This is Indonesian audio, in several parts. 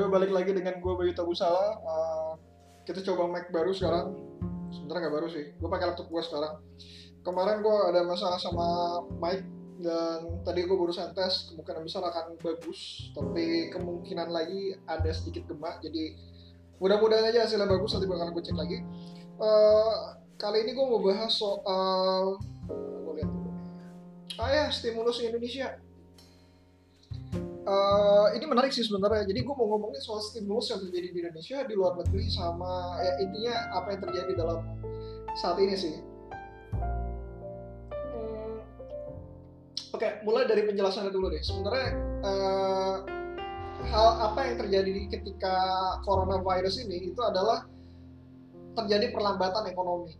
balik lagi dengan gue Bayu Tabusala. Kita coba mic baru sekarang. Sebenarnya nggak baru sih, gue pakai laptop gue sekarang. Kemarin gue ada masalah sama mic dan tadi gue barusan tes, kemungkinan besar akan bagus, tapi kemungkinan lagi ada sedikit gema. Jadi mudah-mudahan aja hasilnya bagus, nanti bakal gue cek lagi. Kali ini gue mau bahas soal gue lihat dulu. Stimulus Indonesia. Ini menarik sih sebenarnya. Jadi gue mau ngomongin soal stimulus yang terjadi di Indonesia, di luar negeri, sama intinya apa yang terjadi dalam saat ini sih. Oke, mulai dari penjelasannya dulu deh. Sebenarnya hal apa yang terjadi ketika coronavirus ini itu adalah terjadi perlambatan ekonomi.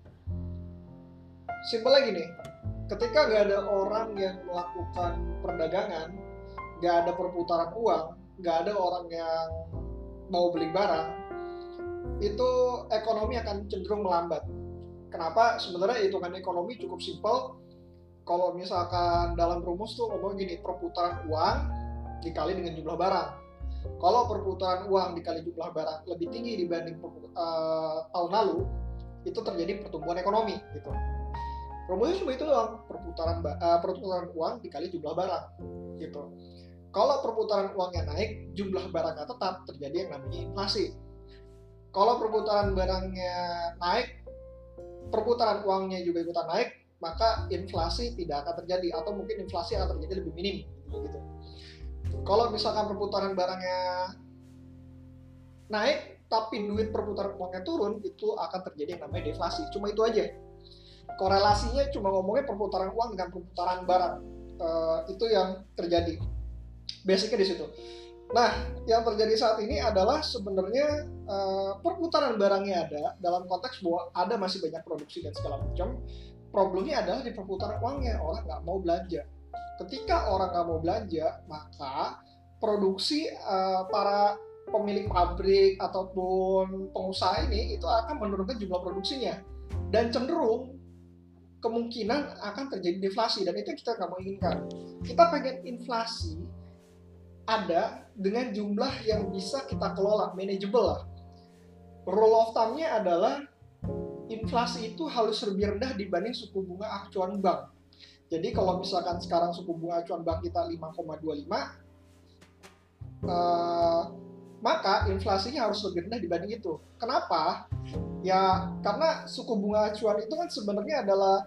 Simpelnya gini, ketika nggak ada orang yang melakukan perdagangan, nggak ada perputaran uang, nggak ada orang yang mau beli barang, itu ekonomi akan cenderung melambat. Kenapa? Sebenarnya hitungan ekonomi cukup simpel. Kalau misalkan dalam rumus tuh ngomong gini, perputaran uang dikali dengan jumlah barang. Kalau perputaran uang dikali jumlah barang lebih tinggi dibanding tahun lalu, itu terjadi pertumbuhan ekonomi gitu. Rumusnya cuma itu doang, perputaran uang dikali jumlah barang gitu. Kalau perputaran uangnya naik, jumlah barangnya tetap, terjadi yang namanya inflasi. Kalau perputaran barangnya naik, perputaran uangnya juga ikutan naik, maka inflasi tidak akan terjadi, atau mungkin inflasi akan terjadi lebih minim gitu. Kalau misalkan perputaran barangnya naik tapi duit perputaran uangnya turun, itu akan terjadi yang namanya deflasi. Cuma itu aja. Korelasinya cuma ngomongnya perputaran uang dengan perputaran barang. Itu yang terjadi. Basicnya di situ. Nah, yang terjadi saat ini adalah sebenarnya perputaran barangnya ada, dalam konteks bahwa ada masih banyak produksi dan segala macam. Problemnya adalah di perputaran uangnya, orang nggak mau belanja. Ketika orang nggak mau belanja, maka produksi para pemilik pabrik ataupun pengusaha ini itu akan menurunkan jumlah produksinya, dan cenderung kemungkinan akan terjadi deflasi, dan itu yang kita nggak mau inginkan. Kita pengen inflasi ada dengan jumlah yang bisa kita kelola, manageable lah. Rule of thumb-nya adalah inflasi itu harus lebih rendah dibanding suku bunga acuan bank. Jadi kalau misalkan sekarang suku bunga acuan bank kita 5,25, maka inflasinya harus lebih rendah dibanding itu. Kenapa? Ya karena suku bunga acuan itu kan sebenarnya adalah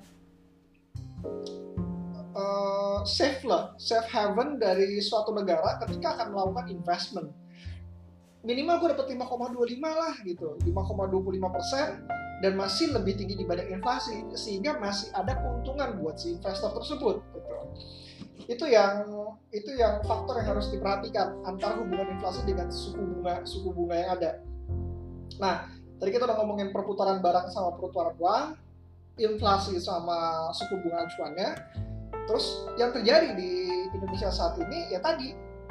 safe haven dari suatu negara ketika akan melakukan investment. Minimal gue dapat 5,25 lah gitu, 5,25%, dan masih lebih tinggi dibanding inflasi, sehingga masih ada keuntungan buat si investor tersebut gitu. Itu yang faktor yang harus diperhatikan antara hubungan inflasi dengan suku bunga yang ada. Nah, tadi kita udah ngomongin perputaran barang sama perputaran uang, inflasi sama suku bunga acuannya. Terus yang terjadi di Indonesia saat ini ya tadi,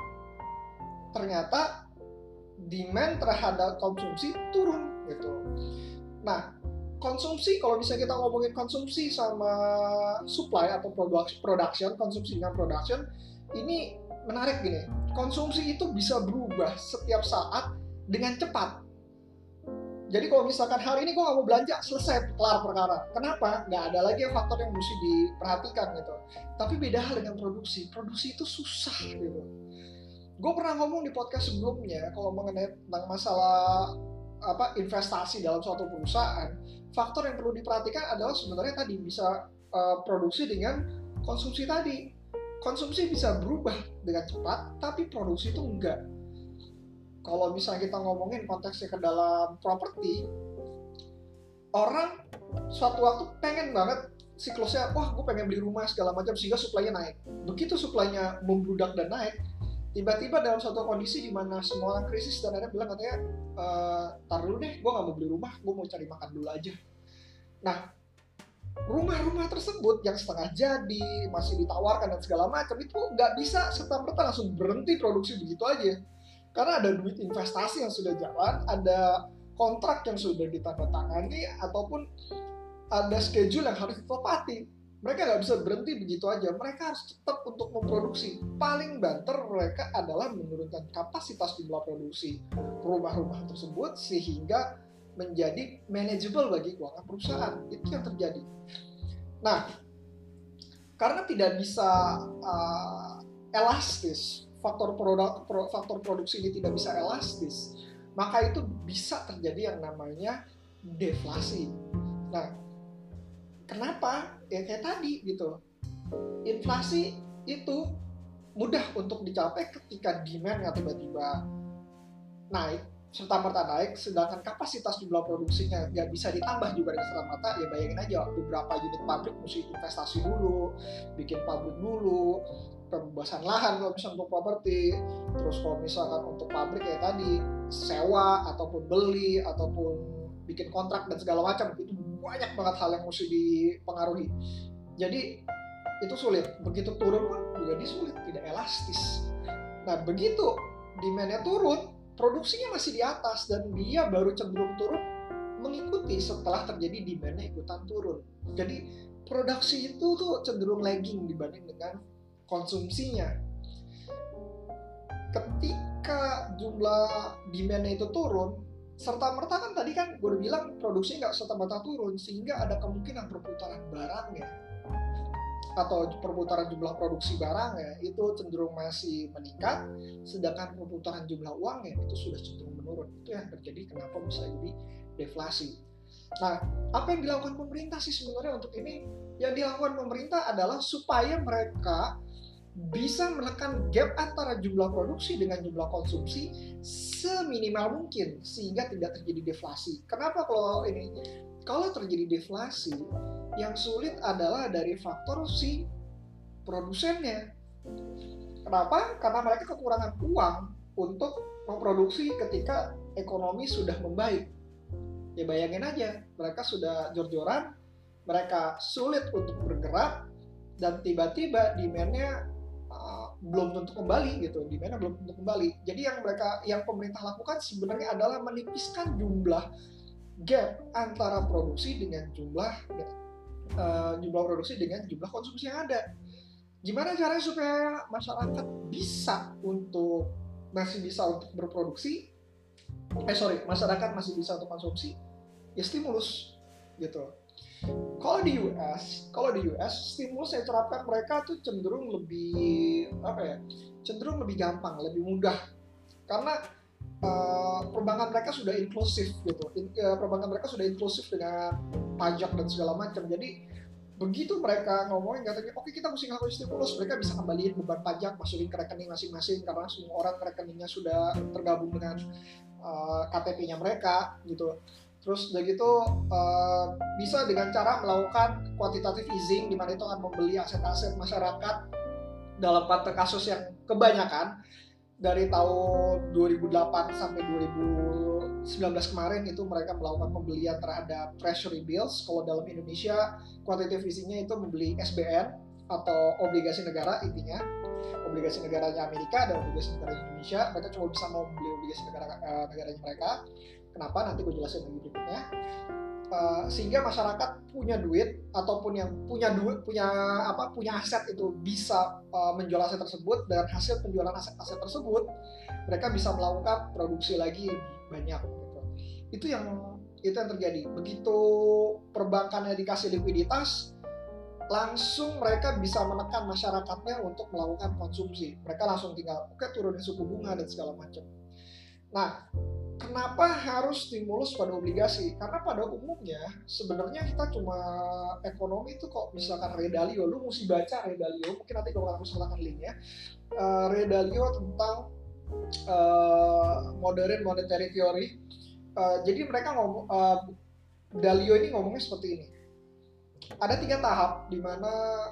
ternyata demand terhadap konsumsi turun gitu. Nah, konsumsi, kalau misalnya kita ngomongin konsumsi sama supply atau production, konsumsi dengan production, ini menarik gini. Konsumsi itu bisa berubah setiap saat dengan cepat. Jadi kalau misalkan hari ini gue gak mau belanja, selesai, kelar perkara. Kenapa? Gak ada lagi faktor yang mesti diperhatikan gitu. Tapi beda hal dengan produksi. Produksi itu susah gitu. Gue pernah ngomong di podcast sebelumnya, kalau mengenai tentang masalah investasi dalam suatu perusahaan, faktor yang perlu diperhatikan adalah sebenarnya tadi bisa produksi dengan konsumsi tadi. Konsumsi bisa berubah dengan cepat, tapi produksi itu enggak. Kalau misalnya kita ngomongin konteksnya ke dalam properti, orang suatu waktu pengen banget siklusnya, wah gue pengen beli rumah segala macam, sehingga supply-nya naik. Begitu supply-nya membludak dan naik, tiba-tiba dalam suatu kondisi di mana semua orang krisis dan akhirnya bilang katanya, tar dulu deh, gue gak mau beli rumah, gue mau cari makan dulu aja. Nah, rumah-rumah tersebut yang setengah jadi, masih ditawarkan dan segala macam, itu gak bisa serta-merta langsung berhenti produksi begitu aja. Karena ada duit investasi yang sudah jalan, ada kontrak yang sudah ditandatangani, ataupun ada schedule yang harus ditepati. Mereka nggak bisa berhenti begitu aja, mereka harus tetap untuk memproduksi. Paling banter mereka adalah menurunkan kapasitas jumlah produksi rumah-rumah tersebut sehingga menjadi manageable bagi keuangan perusahaan. Itu yang terjadi. Nah, karena tidak bisa elastis, faktor produksi ini tidak bisa elastis, maka itu bisa terjadi yang namanya deflasi. Nah, kenapa? Ya kayak tadi gitu. Inflasi itu mudah untuk dicapai ketika demand-nya tiba-tiba naik, serta-merta naik, sedangkan kapasitas jumlah produksinya nggak bisa ditambah juga dengan serta-merta. Ya bayangin aja, beberapa unit pabrik mesti investasi dulu, bikin pabrik dulu, pembebasan lahan kalau misalnya untuk properti, terus kalau misalkan untuk pabrik kayak tadi sewa ataupun beli ataupun bikin kontrak dan segala macam, itu banyak banget hal yang mesti dipengaruhi. Jadi itu sulit. Begitu turun pun juga dia sulit, tidak elastis. Nah, begitu demand-nya turun, produksinya masih di atas dan dia baru cenderung turun mengikuti setelah terjadi demand-nya ikutan turun. Jadi produksi itu tuh cenderung lagging dibanding dengan konsumsinya. Ketika jumlah demand-nya itu turun, serta-merta kan tadi kan gue udah bilang produksinya nggak serta-merta turun, sehingga ada kemungkinan perputaran barangnya atau perputaran jumlah produksi barangnya itu cenderung masih meningkat, sedangkan perputaran jumlah uangnya itu sudah cenderung menurun. Itu yang terjadi kenapa bisa jadi deflasi. Nah, apa yang dilakukan pemerintah sih sebenarnya untuk ini? Yang dilakukan pemerintah adalah supaya mereka bisa menekan gap antara jumlah produksi dengan jumlah konsumsi seminimal mungkin sehingga tidak terjadi deflasi. Kenapa kalau ini? Kalau terjadi deflasi, yang sulit adalah dari faktor si produsennya. Kenapa? Karena mereka kekurangan uang untuk memproduksi ketika ekonomi sudah membaik. Ya bayangin aja, mereka sudah jor-joran, mereka sulit untuk bergerak, dan tiba-tiba demand-nya belum tentu kembali gitu, demand-nya belum tentu kembali. Jadi yang pemerintah lakukan sebenarnya adalah menipiskan jumlah gap antara produksi dengan jumlah produksi dengan jumlah konsumsi yang ada. Gimana caranya supaya masyarakat masih bisa untuk berproduksi? Masyarakat masih bisa untuk konsumsi? Ya stimulus gitu. Kalau di US stimulus yang diterapkan mereka tuh cenderung lebih gampang, lebih mudah karena perbankan mereka sudah inklusif gitu. Perbankan mereka sudah inklusif dengan pajak dan segala macam. Jadi begitu mereka ngomongin katanya, oke kita mesti ngelakuin stimulus, mereka bisa kembaliin beban pajak, masukin ke rekening masing-masing karena semua orang rekeningnya sudah tergabung dengan KTP-nya mereka gitu. Terus udah gitu bisa dengan cara melakukan quantitative easing, di mana itu akan membeli aset-aset masyarakat dalam kasus yang kebanyakan dari tahun 2008 sampai 2019 kemarin itu mereka melakukan pembelian terhadap treasury bills. Kalau dalam Indonesia quantitative easing-nya itu membeli SBN atau obligasi negara, intinya obligasi negaranya Amerika dan obligasi negara Indonesia. Mereka cuma bisa mau membeli obligasi negaranya mereka. Kenapa? Nanti gue jelasin lagi berikutnya. Sehingga masyarakat punya duit ataupun yang punya aset itu bisa menjual aset tersebut, dan hasil penjualan aset tersebut mereka bisa melakukan produksi lagi lebih banyak gitu. Itu yang terjadi. Begitu perbankannya dikasih likuiditas, langsung mereka bisa menekan masyarakatnya untuk melakukan konsumsi. Mereka langsung tinggal turunin suku bunga dan segala macam. Nah, kenapa harus stimulus pada obligasi? Karena pada umumnya sebenarnya kita cuma ekonomi itu kok, misalkan Ray Dalio, lu mesti baca Ray Dalio, mungkin nanti kalau aku sertakan linknya. Ray Dalio tentang modern monetary theory. Jadi mereka Dalio ini ngomongnya seperti ini. Ada 3 tahap di mana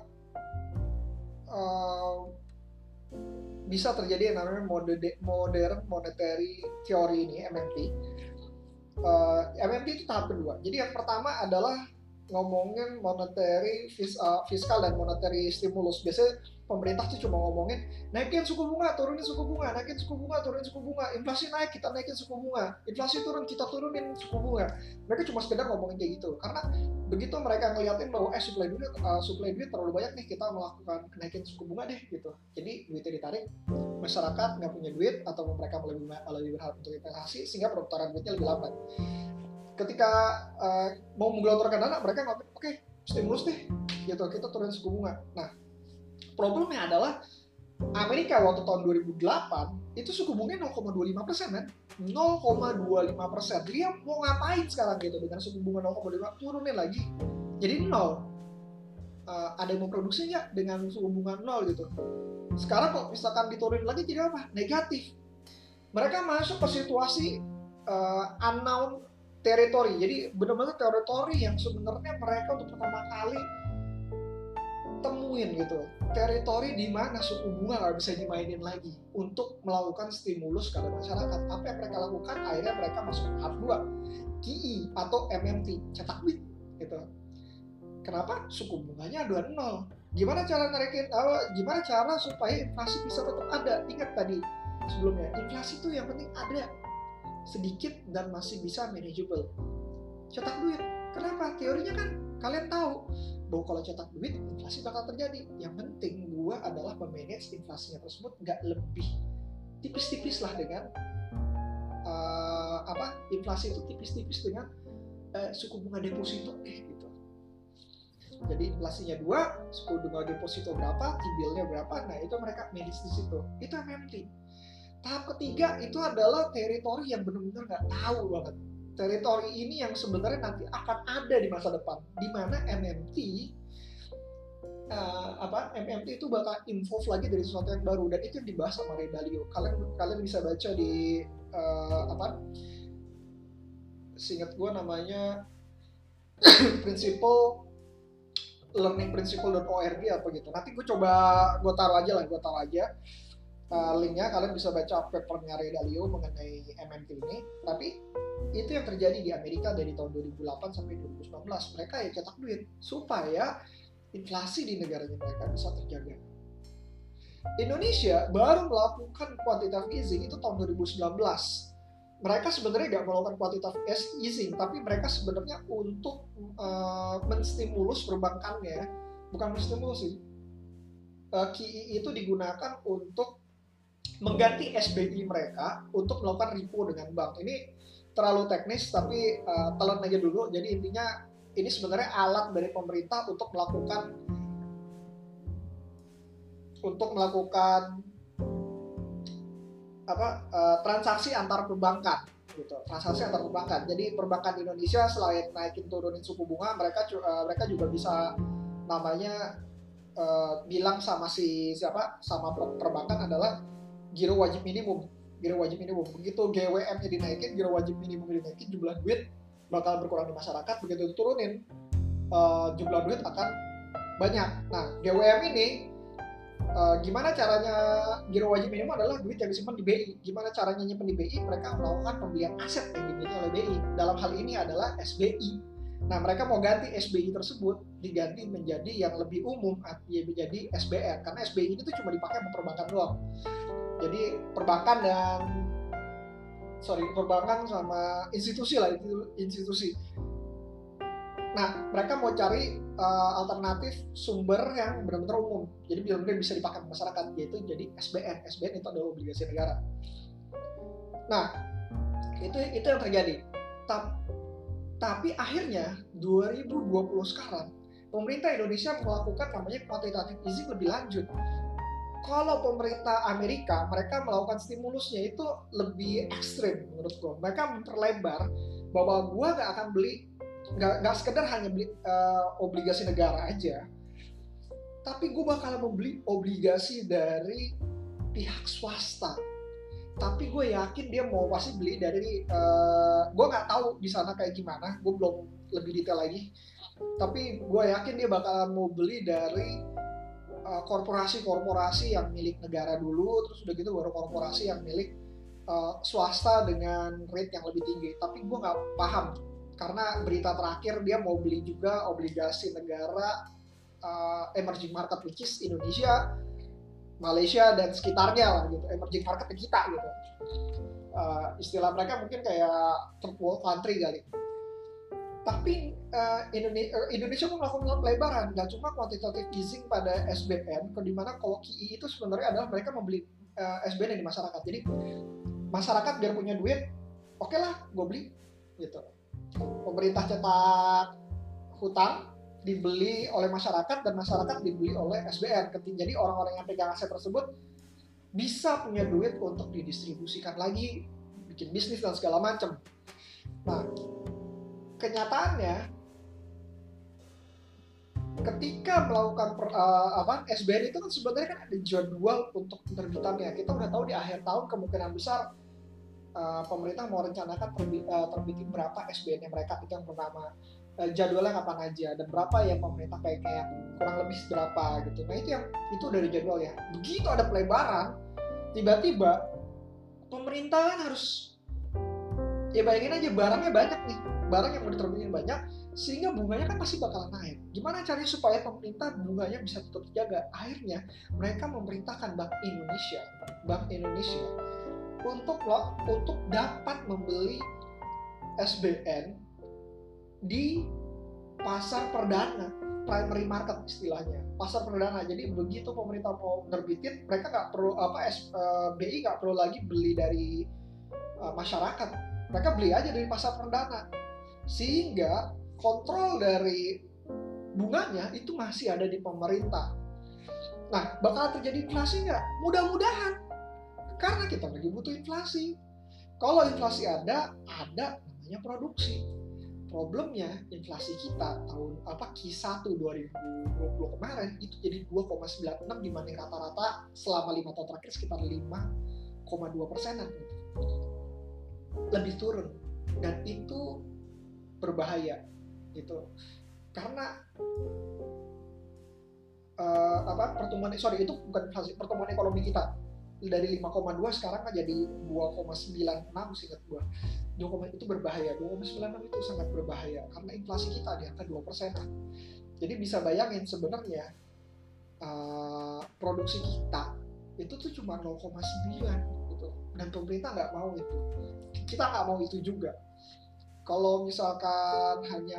bisa terjadi yang namanya modern monetary theory ini, MMT. MMT itu tahap kedua. Jadi yang pertama adalah ngomongin fiskal dan monetary stimulus. Biasanya pemerintah tuh cuma ngomongin naikin suku bunga, turunin suku bunga, naikin suku bunga, turunin suku bunga, inflasi naik kita naikin suku bunga, inflasi turun kita turunin suku bunga. Mereka cuma sekedar ngomongin kayak gitu, karena begitu mereka ngeliatin bahwa supply duit terlalu banyak nih, kita melakukan kenaikin suku bunga deh gitu. Jadi duitnya ditarik, masyarakat nggak punya duit atau mereka lebih berharap untuk investasi, sehingga perputaran duitnya lebih lambat. Ketika mau menggelontorkan dana, mereka ngomong oke, stimulus deh gitu, kita turunin suku bunga. Nah, problemnya adalah Amerika waktu tahun 2008 itu suku bunganya 0,25% kan, 0,25%. Dia mau ngapain sekarang gitu dengan suku bunga 0,25, turunin lagi jadi 0. Ada yang mau produksi nggak dengan suku bunga 0 gitu? Sekarang kok misalkan diturunin lagi jadi apa? Negatif. Mereka masuk ke situasi unknown territory. Jadi benar-benar teritori yang sebenarnya mereka untuk pertama kali temuin gitu, teritori di mana suku bunga nggak bisa dimainin lagi untuk melakukan stimulus kepada masyarakat. Apa yang mereka lakukan? Akhirnya mereka masuk ke tahap 2, QE atau MMT, cetak duit gitu. Kenapa? Suku bunganya 2,0. Gimana cara narikin? Gimana cara supaya inflasi bisa tetap ada? Ingat tadi sebelumnya, inflasi itu yang penting ada sedikit dan masih bisa manageable. Cetak duit. Kenapa? Teorinya kan kalian tahu bahwa kalau cetak duit inflasi bakal terjadi. Yang penting gua adalah memanage inflasinya tersebut nggak lebih tipis-tipis lah dengan inflasi itu tipis-tipis dengan suku bunga deposito gitu. Jadi inflasinya 2, suku bunga deposito berapa, T-bill-nya berapa, nah itu mereka manage di situ. Itu MMT. Tahap ketiga itu adalah teritori yang benar-benar nggak tahu banget. Teritori ini yang sebenarnya nanti akan ada di masa depan, di mana MMT itu bakal involve lagi dari sesuatu yang baru, dan itu yang dibahas sama Ray Dalio. Kalian bisa baca di seingat gue namanya learning principle.org apa gitu. Nanti gue taruh aja linknya, kalian bisa baca papernya Ray Dalio mengenai MMT ini. Tapi itu yang terjadi di Amerika dari tahun 2008 sampai 2019. Mereka ya cetak duit supaya inflasi di negaranya mereka bisa terjaga. Indonesia baru melakukan quantitative easing itu tahun 2019. Mereka sebenarnya nggak melakukan quantitative easing, tapi mereka sebenarnya untuk menstimulus perbankannya, bukan menstimulus sih. QE itu digunakan untuk mengganti SBI mereka untuk melakukan repo dengan bank. Ini terlalu teknis, tapi telan aja dulu. Jadi intinya ini sebenarnya alat dari pemerintah untuk melakukan transaksi antar perbankan gitu. Transaksi antar perbankan. Jadi perbankan di Indonesia selain naikin turunin suku bunga, mereka juga bisa namanya bilang sama perbankan adalah giro wajib minimum. Begitu GWM-nya dinaikin, giro wajib minimum dinaikin, jumlah duit bakal berkurang di masyarakat. Begitu diturunin, jumlah duit akan banyak. Nah, GWM ini gimana caranya? Giro wajib minimum adalah duit yang disimpan di BI. Gimana caranya nyimpen di BI? Mereka melakukan pembelian aset yang dimiliki oleh BI. Dalam hal ini adalah SBI. Nah, mereka mau ganti SBI tersebut diganti menjadi yang lebih umum, menjadi SBR, karena SBI itu cuma dipakai sama perbankan doang. Jadi perbankan sama institusi. Nah, mereka mau cari alternatif sumber yang benar-benar umum, jadi benar-benar bisa dipakai masyarakat, yaitu jadi SBN. SBN itu adalah obligasi negara. Nah, itu yang terjadi. Tapi akhirnya 2020 sekarang pemerintah Indonesia melakukan namanya quantitative easing lebih lanjut. Kalau pemerintah Amerika, mereka melakukan stimulusnya itu lebih ekstrim menurut gue. Mereka memperlebar bahwa gue nggak akan beli, nggak sekedar hanya beli obligasi negara aja, tapi gue bakal membeli obligasi dari pihak swasta. Tapi gue yakin dia mau pasti beli dari, gue nggak tahu di sana kayak gimana, gue belum lebih detail lagi. Tapi gue yakin dia bakal mau beli dari korporasi yang milik negara dulu, terus udah gitu baru korporasi yang milik swasta dengan rate yang lebih tinggi. Tapi gue nggak paham karena berita terakhir dia mau beli juga obligasi negara emerging market, which is Indonesia, Malaysia dan sekitarnya lah gitu, emerging market kita gitu. Istilah mereka mungkin kayak third world country kali. Tapi Indonesia pun melakukan pelebaran, nggak cuma quantitative easing pada SBN, dimana kalau QE itu sebenarnya adalah mereka membeli SBN di masyarakat. Jadi masyarakat biar punya duit, oke lah, gue beli gitu. Pemerintah cetak hutang, dibeli oleh masyarakat, dan masyarakat dibeli oleh SBN. Jadi orang-orang yang pegang aset tersebut bisa punya duit untuk didistribusikan lagi, bikin bisnis dan segala macam. Nah, kenyataannya ketika melakukan SBN itu kan sebenarnya kan ada jadwal untuk penerbitannya. Kita udah tahu di akhir tahun kemungkinan besar pemerintah mau rencanakan terbitin berapa SBN-nya mereka, itu yang pertama. Jadwalnya kapan aja dan berapa yang pemerintah kayak kurang lebih berapa gitu. Nah itu dari jadwal ya. Begitu ada pelebaran, tiba-tiba pemerintah kan harus, ya bayangin aja barangnya banyak nih, barang yang mau diterbitin banyak, sehingga bunganya kan pasti bakalan naik. Gimana caranya supaya pemerintah bunganya bisa tetap terjaga? Akhirnya mereka memerintahkan Bank Indonesia untuk dapat membeli SBN di pasar perdana, primary market istilahnya, pasar perdana. Jadi begitu pemerintah mau nerbitin, mereka nggak perlu BI nggak perlu lagi beli dari masyarakat, mereka beli aja dari pasar perdana, sehingga kontrol dari bunganya itu masih ada di pemerintah. Nah, bakal terjadi inflasi nggak? Mudah-mudahan, karena kita lagi butuh inflasi. Kalau inflasi ada namanya produksi. Problemnya inflasi kita tahun Q1 2020 kemarin itu jadi 2,96 dibanding rata-rata selama 5 tahun terakhir sekitar 5,2%-an gitu. Lebih turun, dan itu berbahaya gitu. Karena itu bukan inflasi, pertumbuhan ekonomi kita dari 5,2 sekarang kan jadi 2,96 seingat gua. Itu berbahaya. 2,96 itu sangat berbahaya karena inflasi kita di angka 2%. Jadi bisa bayangin sebenarnya produksi kita itu tuh cuma 0,9 gitu. Dan pemerintah nggak mau itu. Kita nggak mau itu juga. Kalau misalkan hanya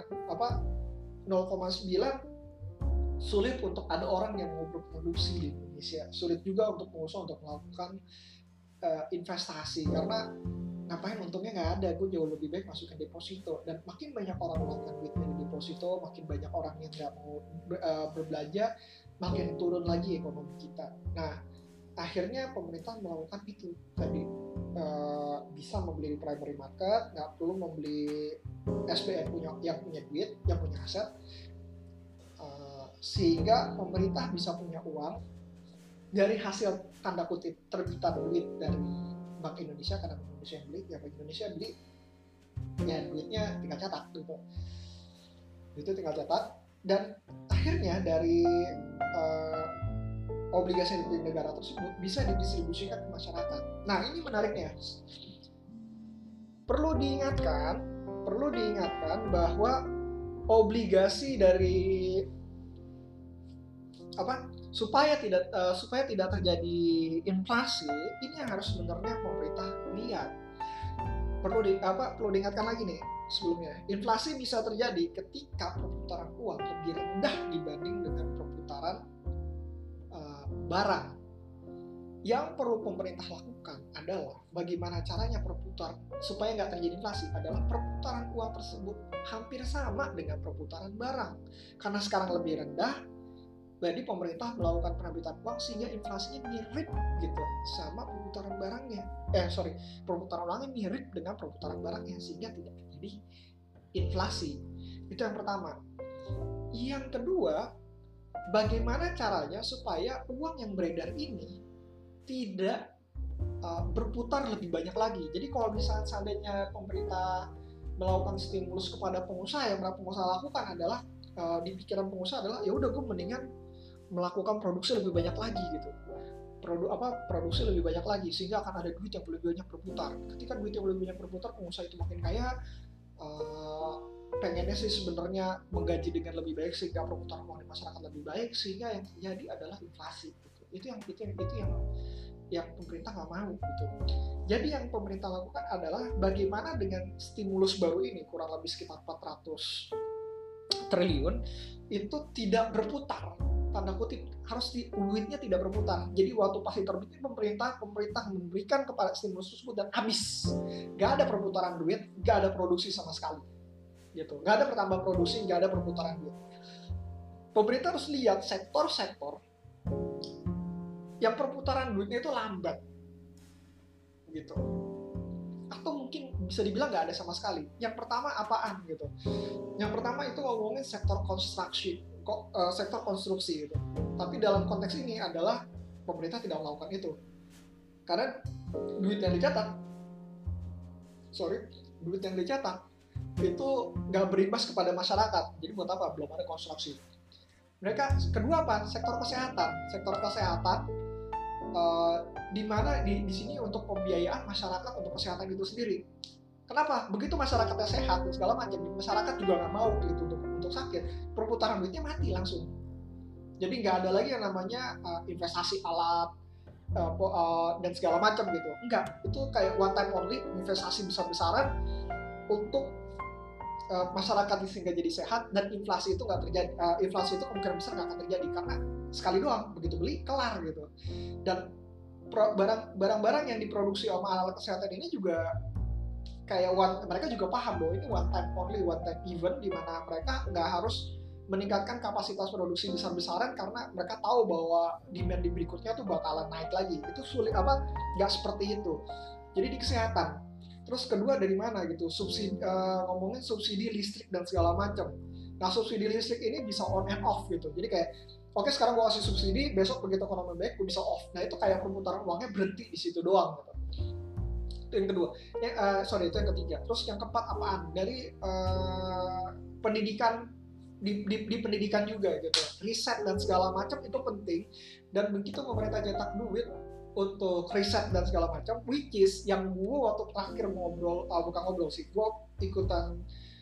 0,9, sulit untuk ada orang yang mau berproduksi di Indonesia. Sulit juga untuk pengusaha untuk melakukan investasi, karena ngapain, untungnya nggak ada. Gue jauh lebih baik masukin deposito, dan makin banyak orang melakukan duitnya di deposito, makin banyak orang yang nggak mau berbelanja, makin turun lagi ekonomi kita. Nah, akhirnya pemerintah melakukan itu tadi, bisa membeli di primary market, nggak perlu membeli SBN yang punya duit, yang punya aset, sehingga pemerintah bisa punya uang dari hasil tanda kutip terbitan duit dari Bank Indonesia, karena Bank Indonesia yang beli, ya Bank Indonesia beli, ya duitnya tinggal cetak gitu, itu tinggal cetak, dan akhirnya dari obligasi negara tersebut bisa didistribusikan ke masyarakat. Nah, ini menariknya, perlu diingatkan bahwa obligasi dari supaya tidak terjadi inflasi, ini yang harus sebenarnya pemerintah lihat. Perlu diingatkan lagi nih sebelumnya, inflasi bisa terjadi ketika perputaran uang lebih rendah dibanding dengan perputaran barang. Yang perlu pemerintah lakukan adalah bagaimana caranya supaya nggak terjadi inflasi, adalah perputaran uang tersebut hampir sama dengan perputaran barang. Karena sekarang lebih rendah, jadi pemerintah melakukan penerbitan uang sehingga inflasinya mirip gitu sama perputaran barangnya. Perputaran uangnya mirip dengan perputaran barangnya, sehingga tidak terjadi inflasi. Itu yang pertama. Yang kedua, bagaimana caranya supaya uang yang beredar ini tidak berputar lebih banyak lagi. Jadi kalau misalnya seandainya pemerintah melakukan stimulus kepada pengusaha, yang pengusaha lakukan adalah di pikiran pengusaha adalah ya udah, gue mendingan melakukan produksi lebih banyak lagi gitu. Produksi lebih banyak lagi sehingga akan ada duit yang lebih banyak berputar. Ketika duit yang lebih banyak berputar, pengusaha itu makin kaya, uh, pengennya sih sebenarnya menggaji dengan lebih baik sehingga perputaran uang di masyarakat lebih baik, sehingga yang terjadi adalah inflasi gitu. Itu yang pemerintah nggak mau gitu. Jadi yang pemerintah lakukan adalah bagaimana dengan stimulus baru ini, kurang lebih sekitar 400 triliun itu tidak berputar, tanda kutip, harus duitnya tidak berputar. Jadi waktu pasti terbitnya pemerintah memberikan kepada stimulus tersebut dan habis, nggak ada perputaran duit, nggak ada produksi sama sekali gitu, nggak ada pertambahan produksi, nggak ada perputaran duit. Pemerintah harus lihat sektor-sektor yang perputaran duitnya itu lambat gitu, atau mungkin bisa dibilang nggak ada sama sekali. Yang pertama apaan gitu? Yang pertama itu ngomongin sektor konstruksi gitu. Tapi dalam konteks ini adalah pemerintah tidak melakukan itu karena duit yang dicetak itu nggak berimbas kepada masyarakat. Jadi buat apa? Belum ada konstruksi. Kedua apa? Sektor kesehatan di mana di sini untuk pembiayaan masyarakat untuk kesehatan itu sendiri. Kenapa? Begitu masyarakatnya sehat dan segala macam, masyarakat juga nggak mau gitu untuk sakit, perputaran duitnya mati langsung. Jadi nggak ada lagi yang namanya investasi alat dan segala macam gitu. Enggak, itu kayak one time only, investasi besar-besaran untuk masyarakat sehingga jadi sehat, dan inflasi itu nggak terjadi. Inflasi itu kemungkinan besar nggak akan terjadi karena sekali doang, begitu beli kelar gitu. Dan barang-barang yang diproduksi sama alat kesehatan ini juga kayak mereka juga paham bahwa ini one time only, one time event, di mana mereka nggak harus meningkatkan kapasitas produksi besar-besaran karena mereka tahu bahwa demand di berikutnya tuh bakalan naik lagi. Itu sulit nggak seperti itu. Jadi di kesehatan. Terus kedua dari mana gitu? Ngomongin subsidi listrik dan segala macam. Nah, subsidi listrik ini bisa on and off gitu. Jadi kayak oke, sekarang gue kasih subsidi, besok begitu ekonomi baik gue bisa off. Nah, itu kayak perputaran uangnya berhenti di situ doang gitu. Itu yang kedua. Itu yang ketiga. Terus yang keempat apaan? Dari pendidikan, di pendidikan juga gitu. Riset dan segala macam itu penting, dan begitu pemerintah cetak duit untuk riset dan segala macam, which is yang gue waktu terakhir gue ikutan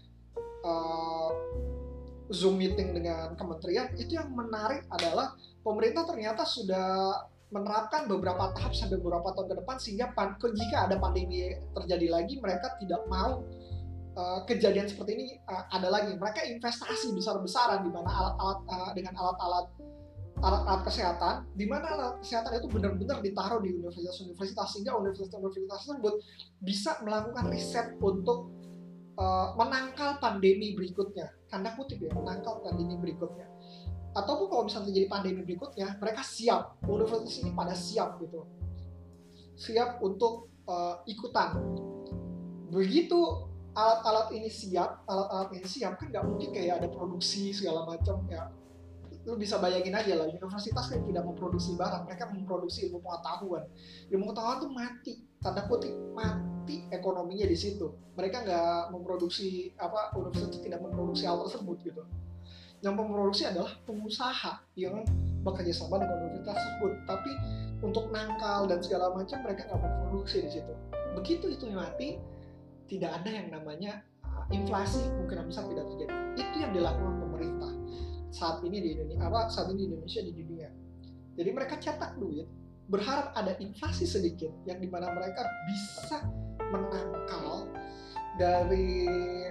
Zoom meeting dengan kementerian, itu yang menarik adalah pemerintah ternyata sudah menerapkan beberapa tahap sampai beberapa tahun ke depan, sehingga jika ada pandemi terjadi lagi, mereka tidak mau kejadian seperti ini ada lagi. Mereka investasi besar-besaran di mana dengan alat-alat kesehatan, di mana alat kesehatan itu benar-benar ditaruh di universitas-universitas, sehingga universitas-universitas tersebut bisa melakukan riset untuk menangkal pandemi berikutnya, tanda kutip ya, menangkal pandemi berikutnya. Ataupun kalau misalnya terjadi pandemi berikutnya, mereka siap, universitas ini pada siap gitu, siap untuk ikutan. Begitu alat-alat ini siap kan nggak mungkin kayak ada produksi segala macam ya. Lu bisa bayangin aja lah, universitas kan tidak memproduksi barang, mereka memproduksi ilmu pengetahuan. Ilmu pengetahuan tuh mati, tanda kutip mati ekonominya di situ. Mereka nggak memproduksi universitas tidak memproduksi hal tersebut gitu. Yang memproduksi adalah pengusaha yang bekerja sama dengan universitas tersebut. Tapi untuk nangkal dan segala macam mereka nggak memproduksi di situ. Begitu itu mati, tidak ada yang namanya inflasi, kemungkinan besar tidak terjadi. Itu yang dilakukan pemerintah saat ini di Indonesia, di dunia. Jadi mereka cetak duit, berharap ada inflasi sedikit, yang dimana mereka bisa menangkal dari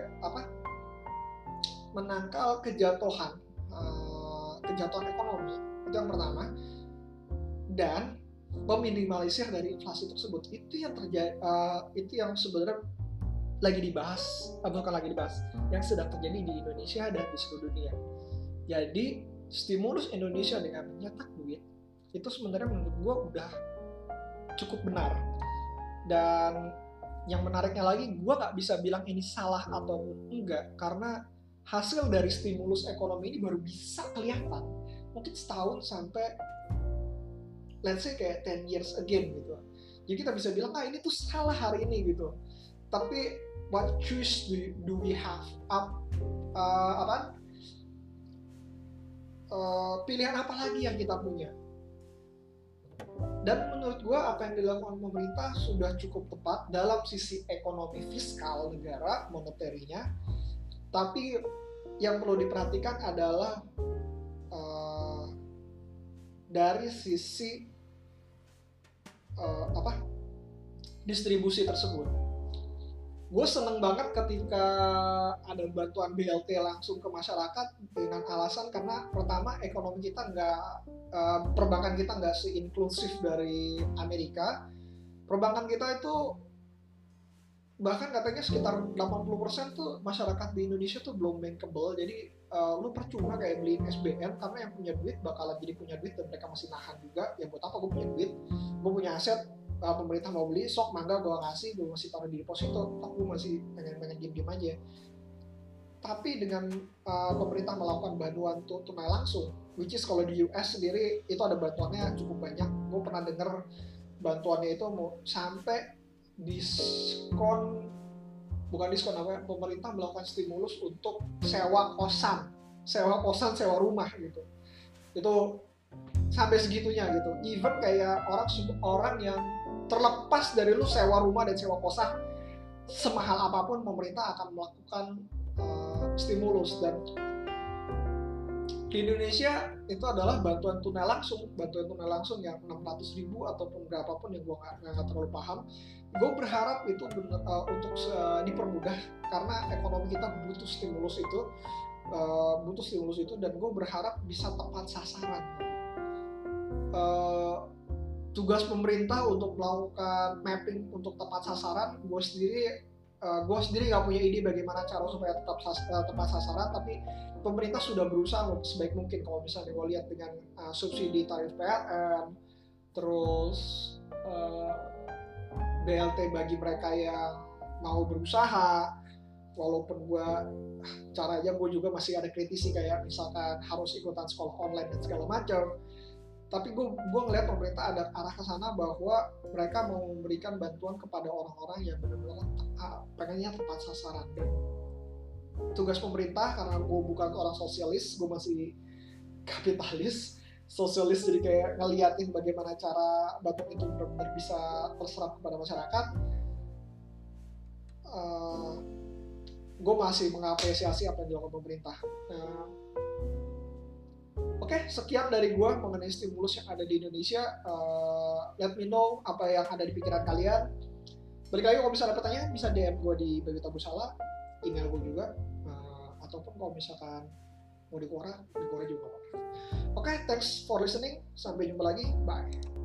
menangkal kejatuhan ekonomi, itu yang pertama, dan meminimalisir dari inflasi tersebut. Itu yang terjadi, itu yang sebenarnya yang sedang terjadi di Indonesia dan di seluruh dunia. Jadi stimulus Indonesia dengan mencetak duit itu sebenarnya menurut gue udah cukup benar. Dan yang menariknya lagi, gue nggak bisa bilang ini salah atau enggak, karena hasil dari stimulus ekonomi ini baru bisa kelihatan mungkin setahun sampai let's say kayak 10 years again gitu. Jadi kita bisa bilang ini tuh salah hari ini gitu. Tapi what choice do we have? Pilihan apa lagi yang kita punya? Dan menurut gue apa yang dilakukan pemerintah sudah cukup tepat dalam sisi ekonomi fiskal negara, moneterinya. Tapi yang perlu diperhatikan adalah dari sisi distribusi tersebut. Gue seneng banget ketika ada bantuan BLT langsung ke masyarakat dengan alasan karena pertama ekonomi kita perbankan kita nggak seinklusif dari Amerika. Perbankan kita itu bahkan katanya sekitar 80% tuh masyarakat di Indonesia tuh belum bankable. Jadi lu percuma kayak beliin SBN karena yang punya duit bakalan jadi punya duit dan mereka masih nahan juga. Ya buat apa gue punya duit, gue punya aset, pemerintah mau beli, sok mangga gue ngasih, gue masih taruh di deposito, tapi gue masih pengen diem aja. Tapi dengan pemerintah melakukan bantuan tunai langsung, which is kalau di US sendiri itu ada bantuannya cukup banyak. Gue pernah denger bantuannya itu mau sampai diskon, bukan diskon apa, pemerintah melakukan stimulus untuk sewa kosan, sewa rumah gitu. Itu sampai segitunya gitu. Even kayak orang yang terlepas dari lu sewa rumah dan sewa kosan, semahal apapun pemerintah akan melakukan stimulus. Dan di Indonesia itu adalah bantuan tunai langsung yang 600.000 ataupun berapapun yang gue nggak terlalu paham. Gue berharap itu untuk dipermudah karena ekonomi kita butuh stimulus itu, dan gue berharap bisa tepat sasaran. Tugas pemerintah untuk melakukan mapping untuk tepat sasaran, gue sendiri nggak punya ide bagaimana cara supaya tepat sasaran, tapi pemerintah sudah berusaha sebaik mungkin. Kalau misalnya gue lihat dengan subsidi tarif PLN, terus BLT bagi mereka yang mau berusaha, walaupun caranya gue juga masih ada kritisi kayak misalkan harus ikutan sekolah online dan segala macam. Tapi gue ngeliat pemerintah ada arah ke sana bahwa mereka mau memberikan bantuan kepada orang-orang yang benar-benar pengennya tepat sasaran. Dan tugas pemerintah, karena gue bukan orang sosialis, gue masih kapitalis. Sosialis jadi kayak ngeliatin bagaimana cara bantuan itu benar-benar bisa terserap kepada masyarakat. Gue masih mengapresiasi apa yang dilakukan pemerintah. Oke, sekian dari gue mengenai stimulus yang ada di Indonesia. Let me know apa yang ada di pikiran kalian. Balik lagi, kalau misalnya ada pertanyaan bisa DM gue di Bayu Tabusala, email gue juga, ataupun kalau misalkan mau di Quora juga apa. Oke, thanks for listening. Sampai jumpa lagi. Bye.